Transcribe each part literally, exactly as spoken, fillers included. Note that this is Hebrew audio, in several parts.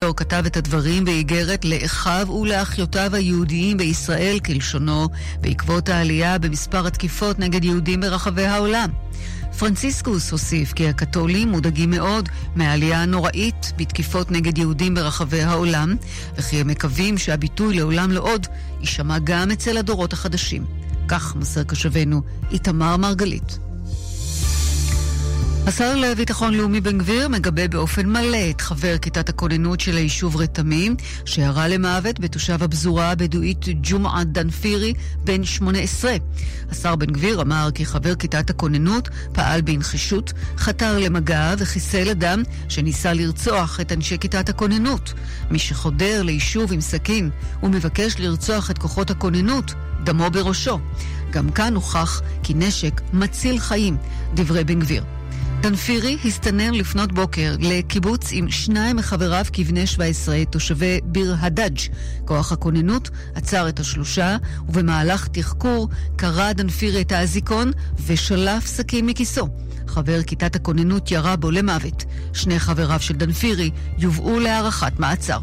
עשור כתב את הדברים באיגרת לאחיו ולאחיותיו היהודיים בישראל כלשונו, בעקבות העלייה במספר התקיפות נגד יהודים ברחבי העולם. פרנציסקוס הוסיף כי הקתולים מודאגים מאוד מהעלייה הנוראית בתקיפות נגד יהודים ברחבי העולם, וכי הם מקווים שהביטוי לעולם לא עוד יישמע גם אצל הדורות החדשים. כך מסר קשבנו איתמר מרגלית. השר לביטחון לאומי בן גביר מגבה באופן מלא את חבר כיתת הכוננות של היישוב רתמים, שירה למוות בתושב הבזורה הבדואית ג'ומעה דנפירי בן שמונה עשרה. השר בן גביר אמר כי חבר כיתת הכוננות פעל בנחישות, חתר למגע וחיסל אדם שניסה לרצוח את אנשי כיתת הכוננות. מי שחודר ליישוב עם סכין ומבקש לרצוח את כוחות הכוננות, דמו בראשו. גם כאן הוכח כי נשק מציל חיים, דברי בן גביר. דנפירי הסתנן לפנות בוקר לקיבוץ עם שניים מחבריו כבני שבע עשרה תושבי ביר הדאג'. כוח הכוננות עצר את השלושה, ובמהלך תחקור קרא דנפירי את האזיקון ושלף סכין מכיסו. חבר כיתת הכוננות ירה בו למוות. שני חבריו של דנפירי יובאו להערכת מעצר.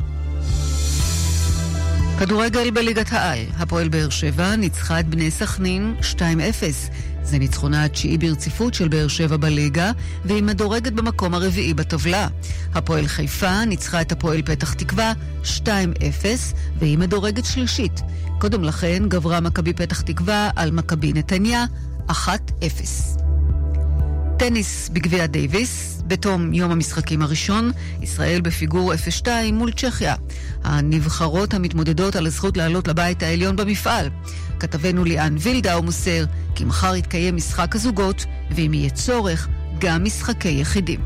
כדורגל בליגת העל, הפועל באר שבע ניצחה את בני סכנין שתיים אפס. זה ניצחונה התשיעי ברציפות של באר שבע בליגה, והיא מדורגת במקום הרביעי בטבלה. הפועל חיפה ניצחה את הפועל פתח תקווה שתיים אפס, והיא מדורגת שלישית. קודם לכן גברה מכבי פתח תקווה על מכבי נתניה אחת אפס. טניס בגביע דייביס, בתום יום המשחקים הראשון, ישראל בפיגור אפס שתיים מול צ'כיה. הנבחרות המתמודדות על הזכות לעלות לבית העליון במפעל. כתבנו ליאן וילדאו מוסר כי מחר יתקיים משחק הזוגות, ואם יהיה צורך, גם משחקי יחידים.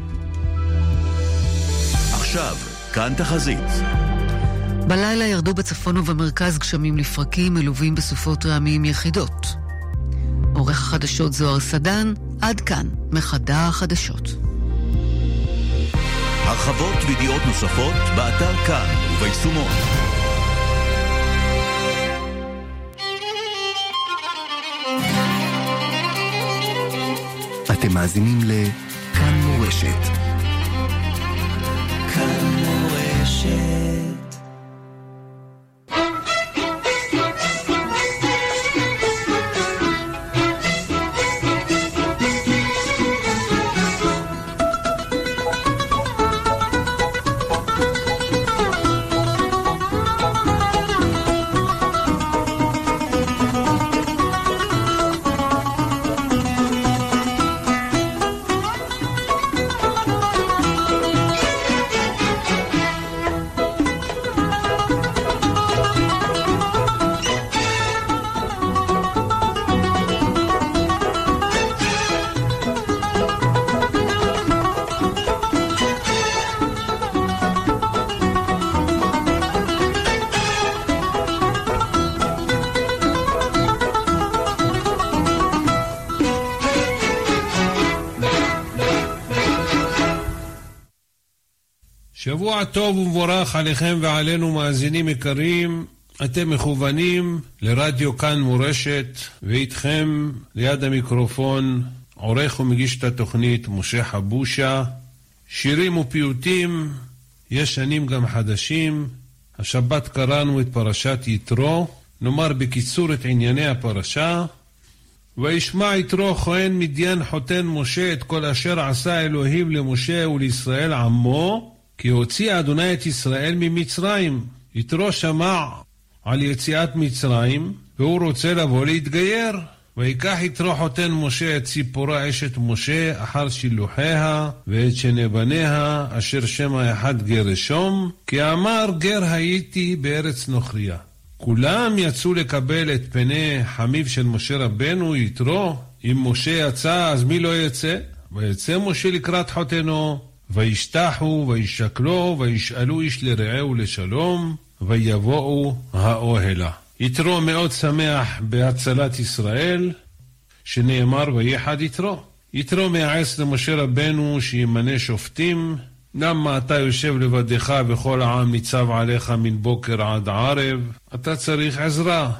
עכשיו, כאן תחזית. בלילה ירדו בצפון ובמרכז גשמים לפרקים מלווים בסופות רעמים יחידות. עורך החדשות זוהר סדן, עד כאן מחדר החדשות. הרחבות וידיעות נוספות באתר כאן וביישומון. אתם מאזינים לכאן מורשת. כאן מורשת. שבוע טוב ומבורך עליכם ועלינו מאזינים יקרים. אתם מכוונים לרדיו כאן מורשת, ואיתכם ליד המיקרופון עורך ומגיש את התוכנית משה חבושה. שירים ופיוטים, ישנים גם חדשים. השבת קראנו את פרשת יתרו. נאמר בקיצור את ענייני הפרשה. וישמע יתרו כהן מדיין חותן משה את כל אשר עשה אלוהים למשה ולישראל עמו, כי הוציא אדוני את ישראל ממצרים. יתרו שמע על יציאת מצרים, והוא רוצה לבוא להתגייר. ויקח יתרו חותן משה את ציפורה אשת משה אחר שילוחיה, ואת שני בניה אשר שמה אחד גרשום, כי אמר גר הייתי בארץ נוכריה. כולם יצאו לקבל את פני חמיו של משה רבנו יתרו. אם משה יצא אז מי לא יצא? ויצא משה לקראת חותנו, וישתחו וישקלו וישאלו איש לרעהו לשלום, ויבואו האוהלה. יתרו מאוד שמח בהצלת ישראל, שנאמר ויחד יתרו. יתרו מייעץ למשה רבנו שימנה שופטים. למה אתה יושב לבדך וכל העם ניצב עליך מן בוקר עד ערב? אתה צריך עזרה.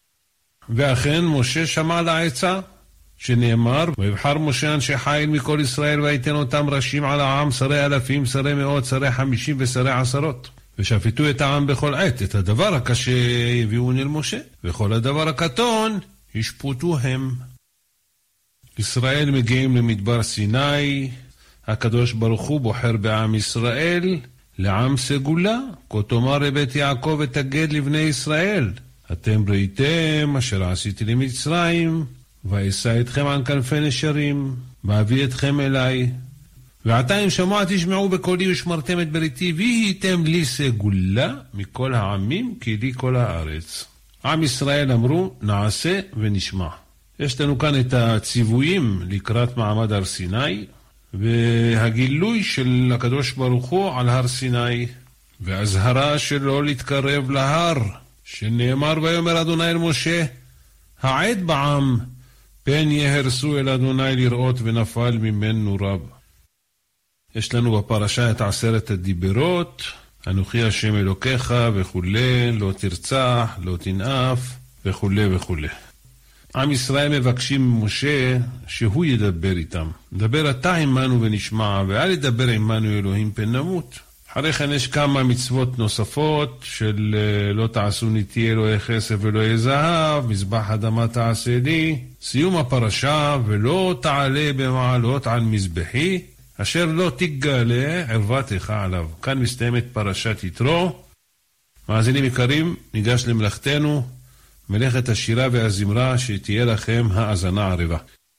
ואכן משה שמע לעצה, שנאמר ויבחר משה אנשי חיל מכל ישראל ויתן אותם ראשים על העם, שרי אלפים, שרי מאות, שרי חמישים ושרי עשרות. ושפטו את העם בכל עת, את הדבר הקשה יביאון אל משה, וכל הדבר הקטון ישפוטו הם. ישראל מגיעים למדבר סיני, הקדוש ברוך הוא בוחר בעם ישראל לעם סגולה, כה תאמר לבית יעקב ותגד לבני ישראל, אתם ראיתם אשר עשיתי למצרים, ואשא אתכם על כנפי נשרים, ואביא אתכם אליי. ועתה אם שמוע תשמעו בקולי ושמרתם את בריתי, והייתם לי סגולה מכל העמים, כי לי כל הארץ. עם ישראל אמרו נעשה ונשמע. יש לנו כאן את הציוויים לקראת מעמד הר סיני, והגילוי של הקדוש ברוך הוא על הר סיני, והזהרה שלא להתקרב להר, שנאמר ויאמר אדוני אל משה, העד בעם, פן יהרסו אל אדוני לראות ונפל ממנו רב. יש לנו בפרשה את עשרת הדיברות, אנוכי השם אלוקיך וכולי, לא תרצח, לא תנאף וכולי וכולי. עם ישראל מבקשים ממשה שהוא ידבר איתם. דבר אתה עמנו ונשמע, ואל ידבר עמנו אלוהים פן נמות. אחרי כן יש כמה מצוות נוספות של לא תעשו ניתי אלוהי כסף ואלוהי זהב, מזבח אדמה תעשה לי, סיום הפרשה, ולא תעלה במעלות על מזבחי, אשר לא תגלה ערוותך עליו. כאן מסתיימת פרשת יתרו. מאזינים יקרים, ניגש למלאכתנו, מלאכת השירה והזמרה, שתהיה לכם האזנה ערבה.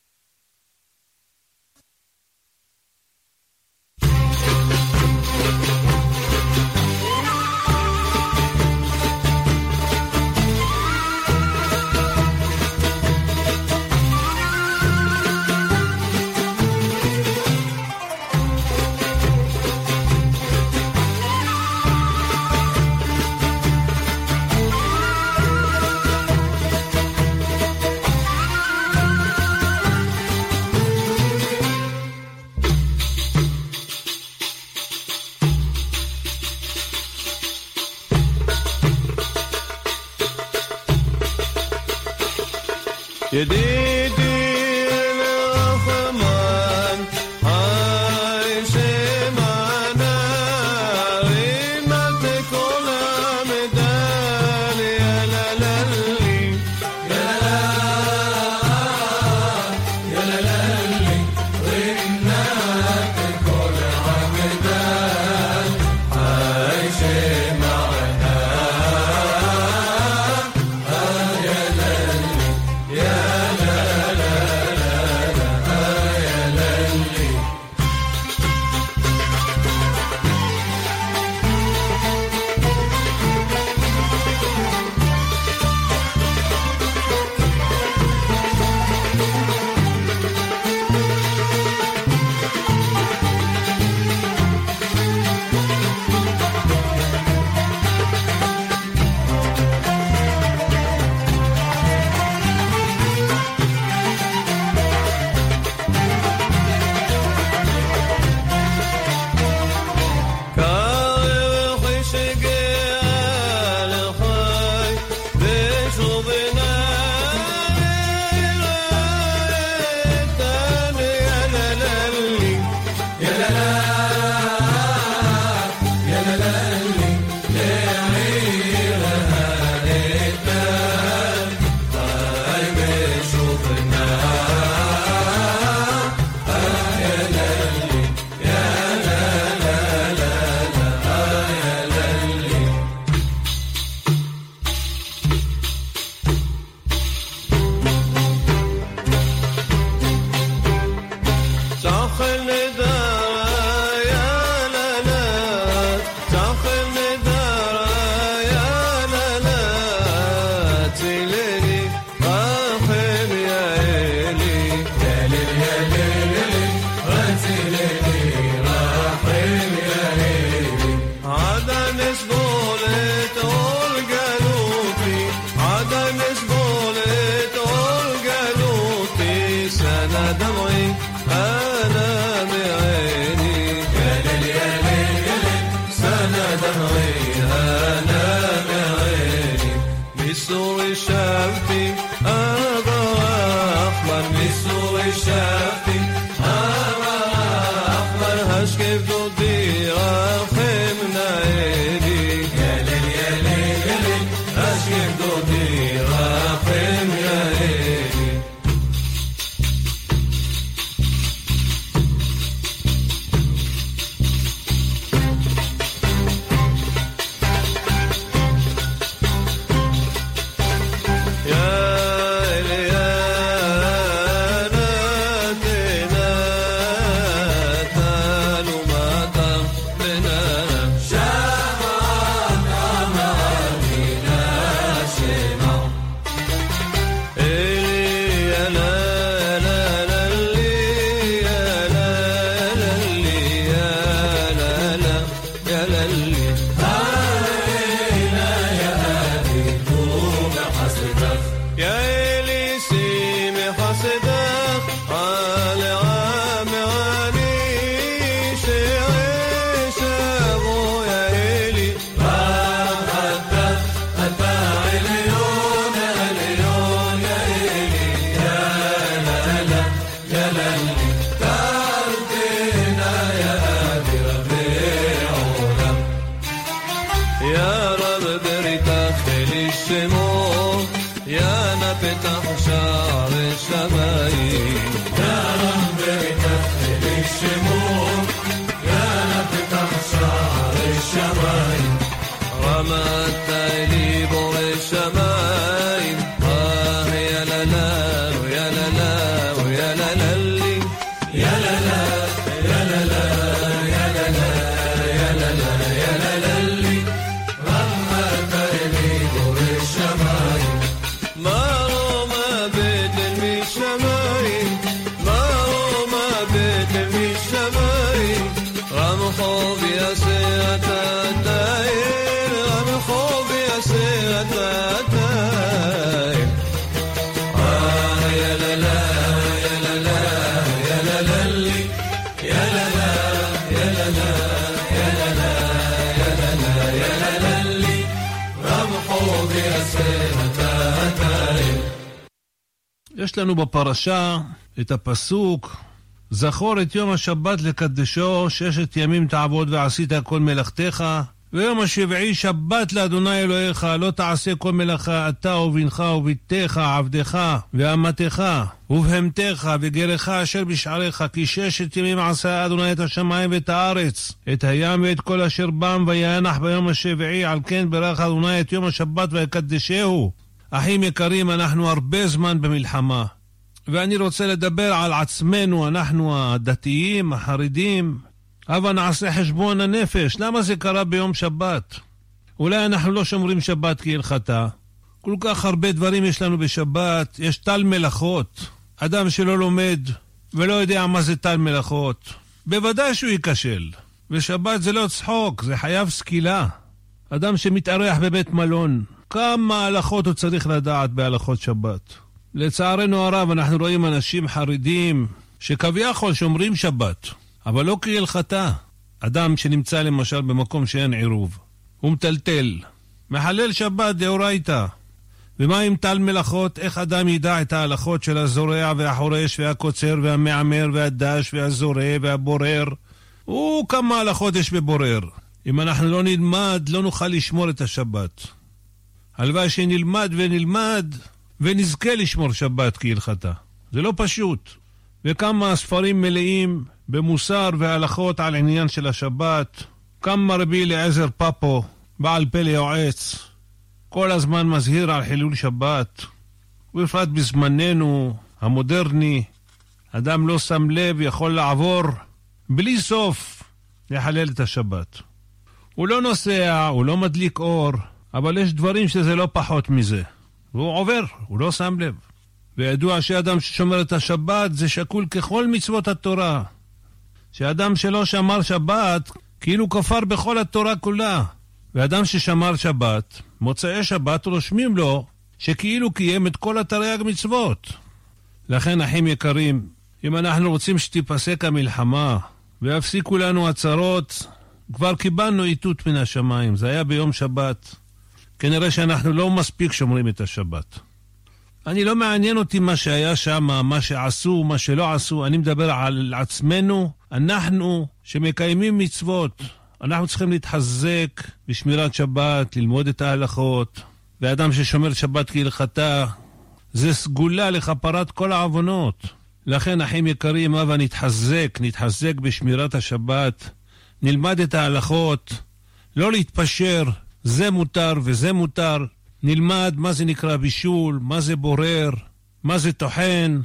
ידידי רחמן, היי שמנה, רימת כל המדל, ילללי, ילללי, רימת כל המדל, היי שמנה, ילללי, ילללי. يا رب بريتك للشموع يا نفتح شعر الشمايل يا رب بريتك للشموع يا نفتح شعر الشمايل رمت لي بور الشمايل آه يا لا لا ويا لا لا ويا لا لا لي يا لا لا يا لا لا يا لا لا يا لا لا يا لا لا لي رمت لي بور الشمايل ما رمى بيت من الشمايل ما رمى بيت من الشمايل رمحوا بيسيرة الداير رمحوا بيسيرة الداير آه يا لا لا يا لا لا يا لا لا لي يا لا لا يا لا لا يا لا لا يا لا لا يا لا لا لي رمحوا بيسيرة الداير. יש לנו בפרשה את הפסוק זכור את יום השבת לקדשו ששת ימים תעבוד ועשית כל מלאכתך ויום השביעי שבת לאדוני אלוהיך לא תעשה כל מלאכה אתה ובנך וביתך עבדך ואמתך ובהמתך וגרך אשר בשעריך כי ששת ימים עשה אדוני את השמיים ואת הארץ את הים ואת כל אשר בם וינח ביום השביעי על כן ברך אדוני את יום השבת ויקדשהו. אחים יקרים, אנחנו הרבה זמן במלחמה ואני רוצה לדבר על עצמנו, אנחנו הדתיים, החרדים, אבל נעשה חשבון הנפש. למה זה קרה ביום שבת? אולי אנחנו לא שומרים שבת כהלכתה. כל כך הרבה דברים יש לנו בשבת. יש תל מלאכות. אדם שלא לומד ולא יודע מה זה תל מלאכות, בוודאי שהוא ייכשל. ושבת זה לא צחוק, זה חייב סקילה. אדם שמתארח בבית מלון, כמה הלכות הוא צריך לדעת בהלכות שבת. לצערנו הרב אנחנו רואים אנשים חרדים שכביכול שומרים שבת, אבל לא כהלכתה. אדם שנמצא למשל במקום שאין עירוב, הוא מטלטל, מחלל שבת דאורייתא. ומה עם תל מלאכות? איך אדם ידע את ההלכות של הזורע והחורש והקוצר והמעמר והדש והזורע והבורר? וכמה הלכות יש בבורר. אם אנחנו לא נלמד, לא נוכל לשמור את השבת. הלוואי שנלמד ונלמד ונזכה לשמור שבת כהלכתה. זה לא פשוט. וכמה ספרים מלאים במוסר והלכות על עניין של השבת. כמה רבי אליעזר פאפו, בעל פה ליועץ, כל הזמן מזהיר על חילול שבת. ובפרט בזמננו המודרני, אדם לא שם לב יכול לעבור בלי סוף לחלל את השבת. הוא לא נוסע, הוא לא מדליק אור, אבל יש דברים שזה לא פחות מזה. והוא עובר, הוא לא שם לב. וידוע שאדם ששומר את השבת זה שקול ככל מצוות התורה. שאדם שלא שמר שבת כאילו כפר בכל התורה כולה. ואדם ששמר שבת, מוצאי שבת רושמים לו שכאילו קיים את כל התרי"ג מצוות. לכן אחים יקרים, אם אנחנו רוצים שתיפסק המלחמה ויפסיקו לנו הצרות, כבר קיבלנו איתות מן השמיים. זה היה ביום שבת. כנראה שאנחנו לא מספיק שומרים את השבת. אני לא מעניין אותי מה שהיה שם, מה שעשו, מה שלא עשו. אני מדבר על עצמנו. אנחנו שמקיימים מצוות, אנחנו צריכים להתחזק בשמירת שבת, ללמוד את ההלכות. ואדם ששומר שבת כהלכתה, זה סגולה לכפרת כל העוונות. לכן אחים יקרים, הבה נתחזק, נתחזק בשמירת השבת, נלמד את ההלכות, לא להתפשר, זה מותר וזה מותר. נלמד מה זה נקרא בישול, מה זה בורר, מה זה טוחן.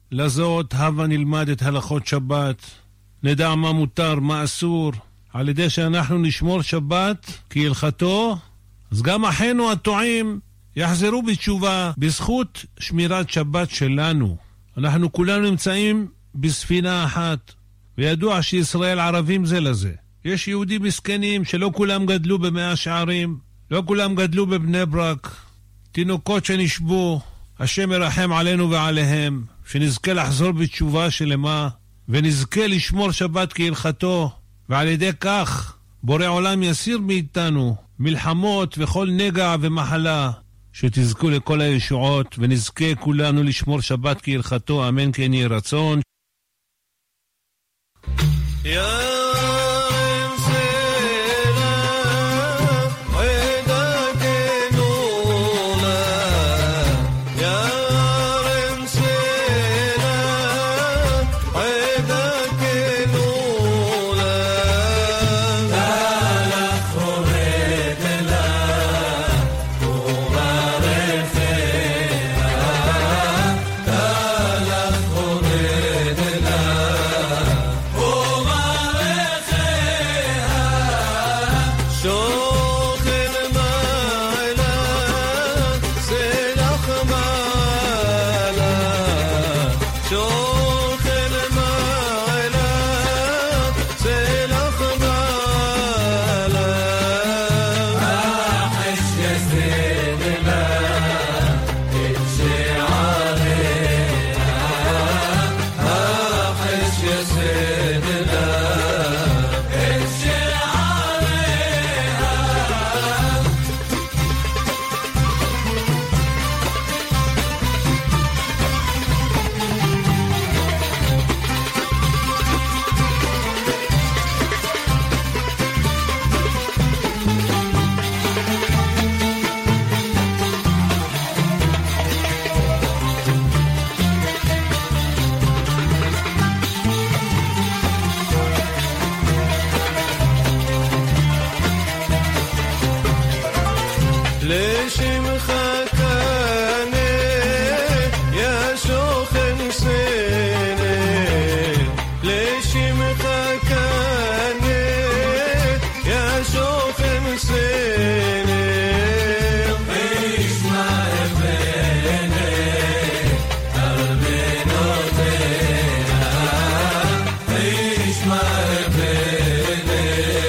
לזאת הבה נלמד את הלכות שבת, נדע מה מותר, מה אסור. על ידי שאנחנו נשמור שבת כהלכתו, אז גם אחינו הטועים יחזרו בתשובה בזכות שמירת שבת שלנו. אנחנו כולנו נמצאים בספינה אחת, וידוע שישראל ערבים זה לזה. יש יהודים מסכנים שלא כולם גדלו במאה שערים, לא כולם גדלו בבני ברק, תינוקות שנשבו. השם ירחם עלינו ועליהם, שנזכה לחזור בתשובה שלמה, ונזכה לשמור שבת כהלכתו, ועל ידי כך בורא עולם יסיר מאיתנו מלחמות וכל נגע ומחלה, שתזכו לכל הישועות, ונזכה כולנו לשמור שבת כהלכתו, אמן כן יהי רצון. يا לשמך קנה, יא שוכן סנה, לשמך קנה, יא שוכן סנה, וישמע אבנה, ארמנותיה, וישמע אבנה,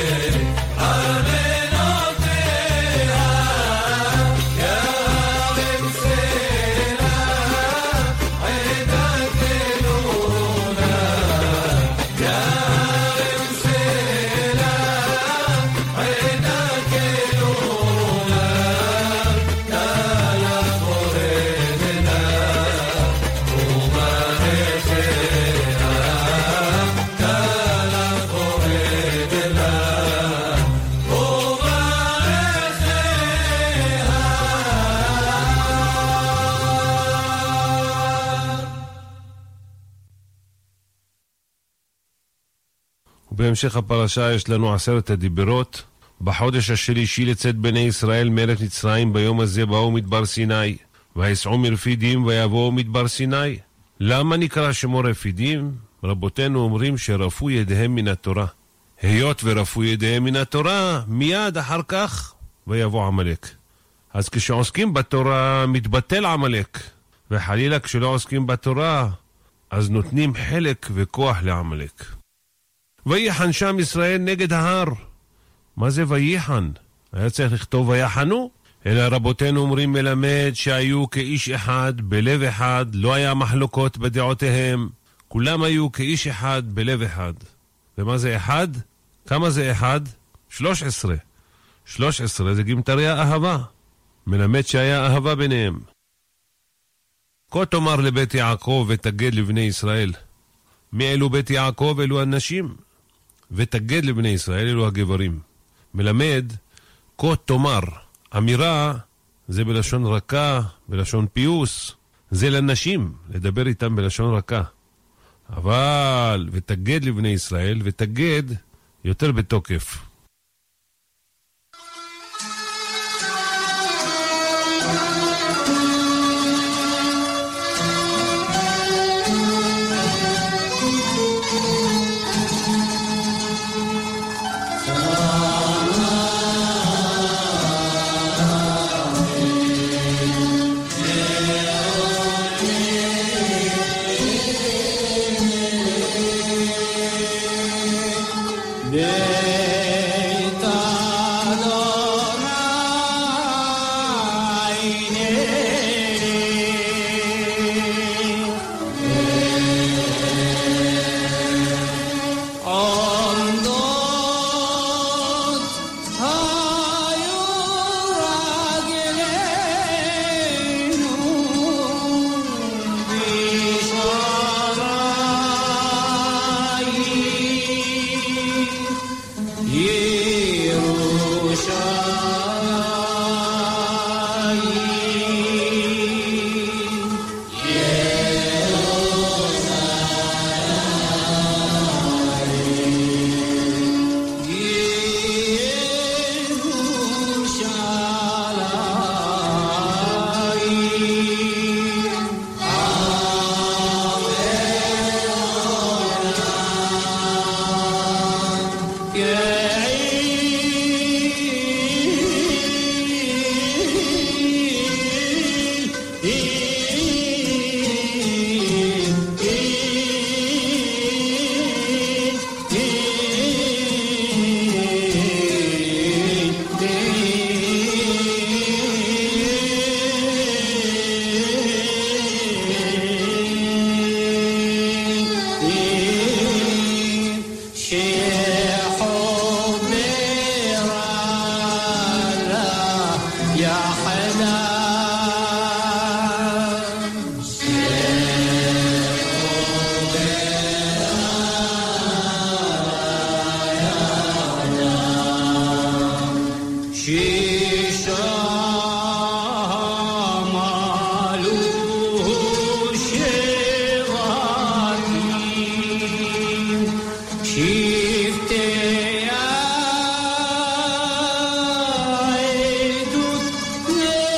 בהמשך הפרשה יש לנו עשרת הדיברות. בחודש השלישי לצאת בני ישראל מארץ מצרים ביום הזה באו מדבר סיני, ויסעו מרפידים ויבואו מדבר סיני. למה נקרא שמו רפידים? רבותינו אומרים שרפו ידיהם מן התורה. היות ורפו ידיהם מן התורה, מיד אחר כך ויבוא עמלק. אז כשעוסקים בתורה מתבטל עמלק, וחלילה כשלא עוסקים בתורה אז נותנים חלק וכוח לעמלק. ויחן שם ישראל נגד ההר. מה זה ויחן? היה צריך לכתוב ויחנו? אלא רבותינו אומרים מלמד שהיו כאיש אחד בלב אחד, לא היה מחלוקות בדעותיהם, כולם היו כאיש אחד בלב אחד. ומה זה אחד? כמה זה אחד? שלוש עשרה. שלוש עשרה זה גמטריה אהבה, מלמד שהיה אהבה ביניהם. כה תאמר לבית יעקב ותגד לבני ישראל. מי אלו בית יעקב? אלו הנשים, ותגד לבני ישראל אלו הגברים. מלמד כה תאמר, אמירה זה בלשון רכה, בלשון פיוס, זה לנשים, לדבר איתם בלשון רכה. אבל ותגד לבני ישראל, ותגד יותר בתוקף. Yeah.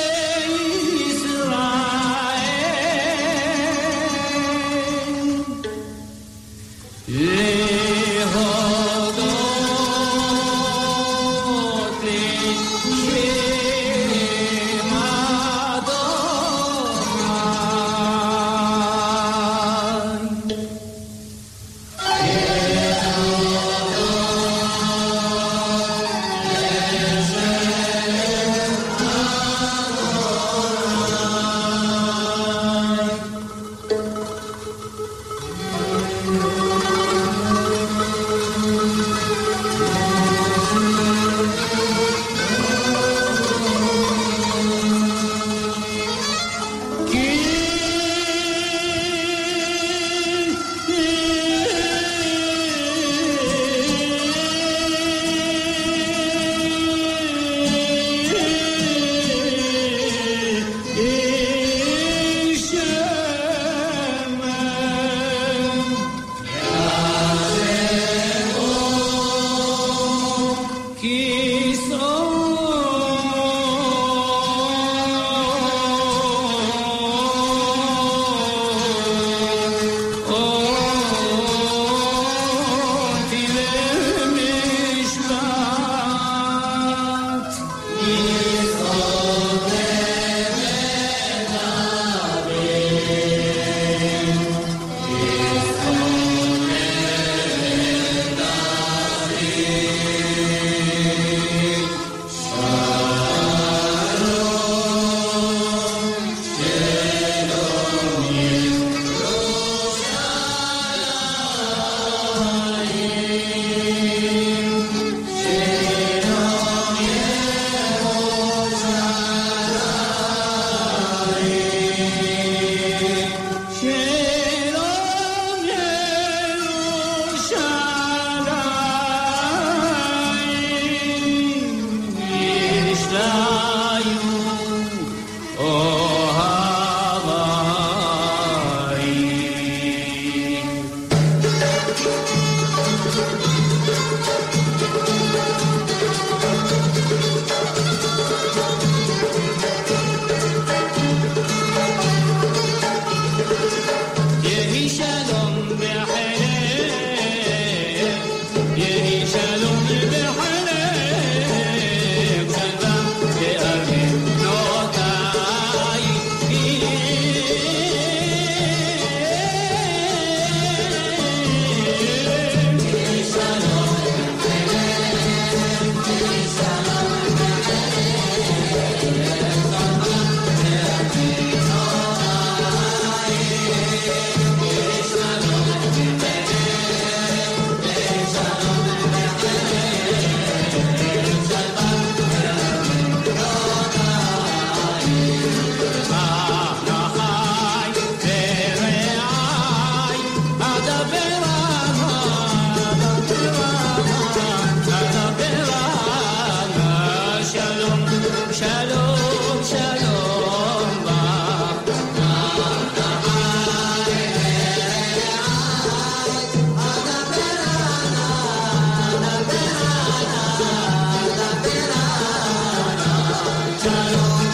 Shalom.